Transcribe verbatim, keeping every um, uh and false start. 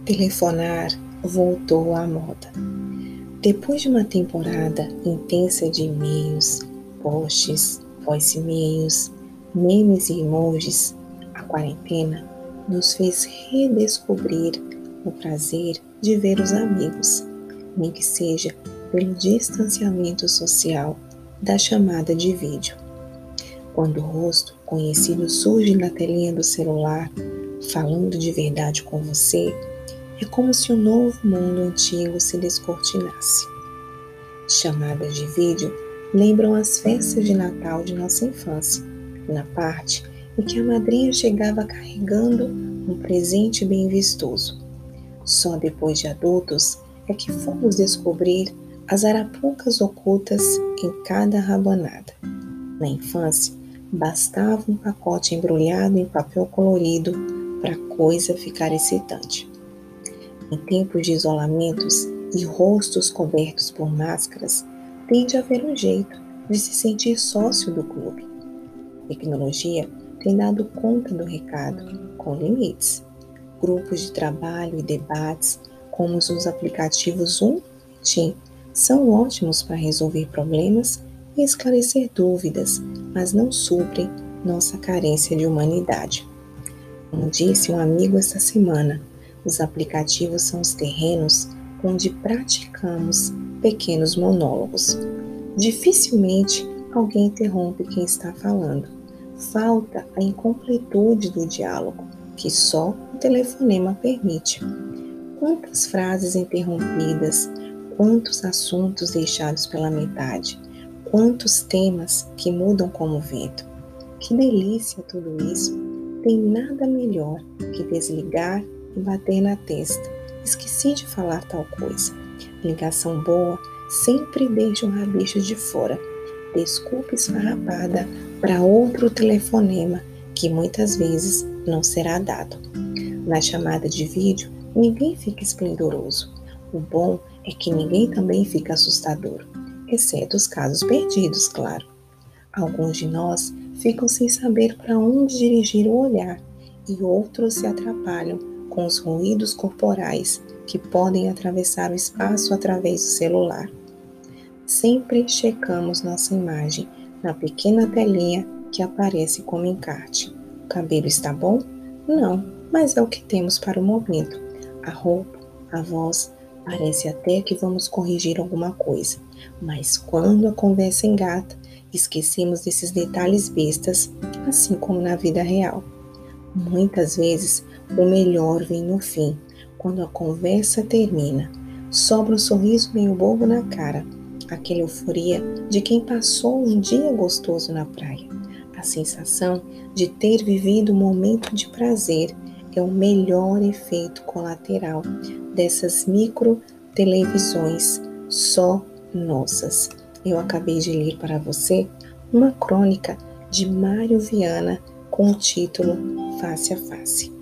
Telefonar voltou à moda. Depois de uma temporada intensa de e-mails, posts, voice-mails, memes e emojis, a quarentena nos fez redescobrir o prazer de ver os amigos, nem que seja pelo distanciamento social da chamada de vídeo. Quando o rosto conhecido surge na telinha do celular, falando de verdade com você, é como se o novo mundo antigo se descortinasse. Chamadas de vídeo lembram as festas de Natal de nossa infância, na parte em que a madrinha chegava carregando um presente bem vistoso. Só depois de adultos é que fomos descobrir as arapucas ocultas em cada rabanada. Na infância, bastava um pacote embrulhado em papel colorido para a coisa ficar excitante. Em tempos de isolamentos e rostos cobertos por máscaras, tem de haver um jeito de se sentir sócio do clube. A tecnologia tem dado conta do recado, com limites. Grupos de trabalho e debates, como os aplicativos Zoom e Team, são ótimos para resolver problemas e esclarecer dúvidas, mas não suprem nossa carência de humanidade. Como disse um amigo esta semana, os aplicativos são os terrenos onde praticamos pequenos monólogos. Dificilmente alguém interrompe quem está falando. Falta a incompletude do diálogo, que só o telefonema permite. Quantas frases interrompidas, quantos assuntos deixados pela metade, quantos temas que mudam como vento. Que delícia tudo isso! Tem nada melhor que desligar e bater na testa. Esqueci de falar tal coisa. Ligação boa sempre deixa um rabicho de fora. Desculpa esfarrapada para outro telefonema que muitas vezes não será dado. Na chamada de vídeo, ninguém fica esplendoroso. O bom é que ninguém também fica assustador, exceto os casos perdidos, claro. Alguns de nós ficam sem saber para onde dirigir o olhar e outros se atrapalham com os ruídos corporais que podem atravessar o espaço através do celular. Sempre checamos nossa imagem na pequena telinha que aparece como encarte. O cabelo está bom? Não, mas é o que temos para o momento. A roupa, a voz, parece até que vamos corrigir alguma coisa. Mas quando a conversa engata, esquecemos desses detalhes bestas, assim como na vida real. Muitas vezes, o melhor vem no fim, quando a conversa termina. Sobra um sorriso meio bobo na cara, aquela euforia de quem passou um dia gostoso na praia. A sensação de ter vivido um momento de prazer é o melhor efeito colateral dessas micro televisões só nossas. Eu acabei de ler para você uma crônica de Mário Viana com o título Face a Face.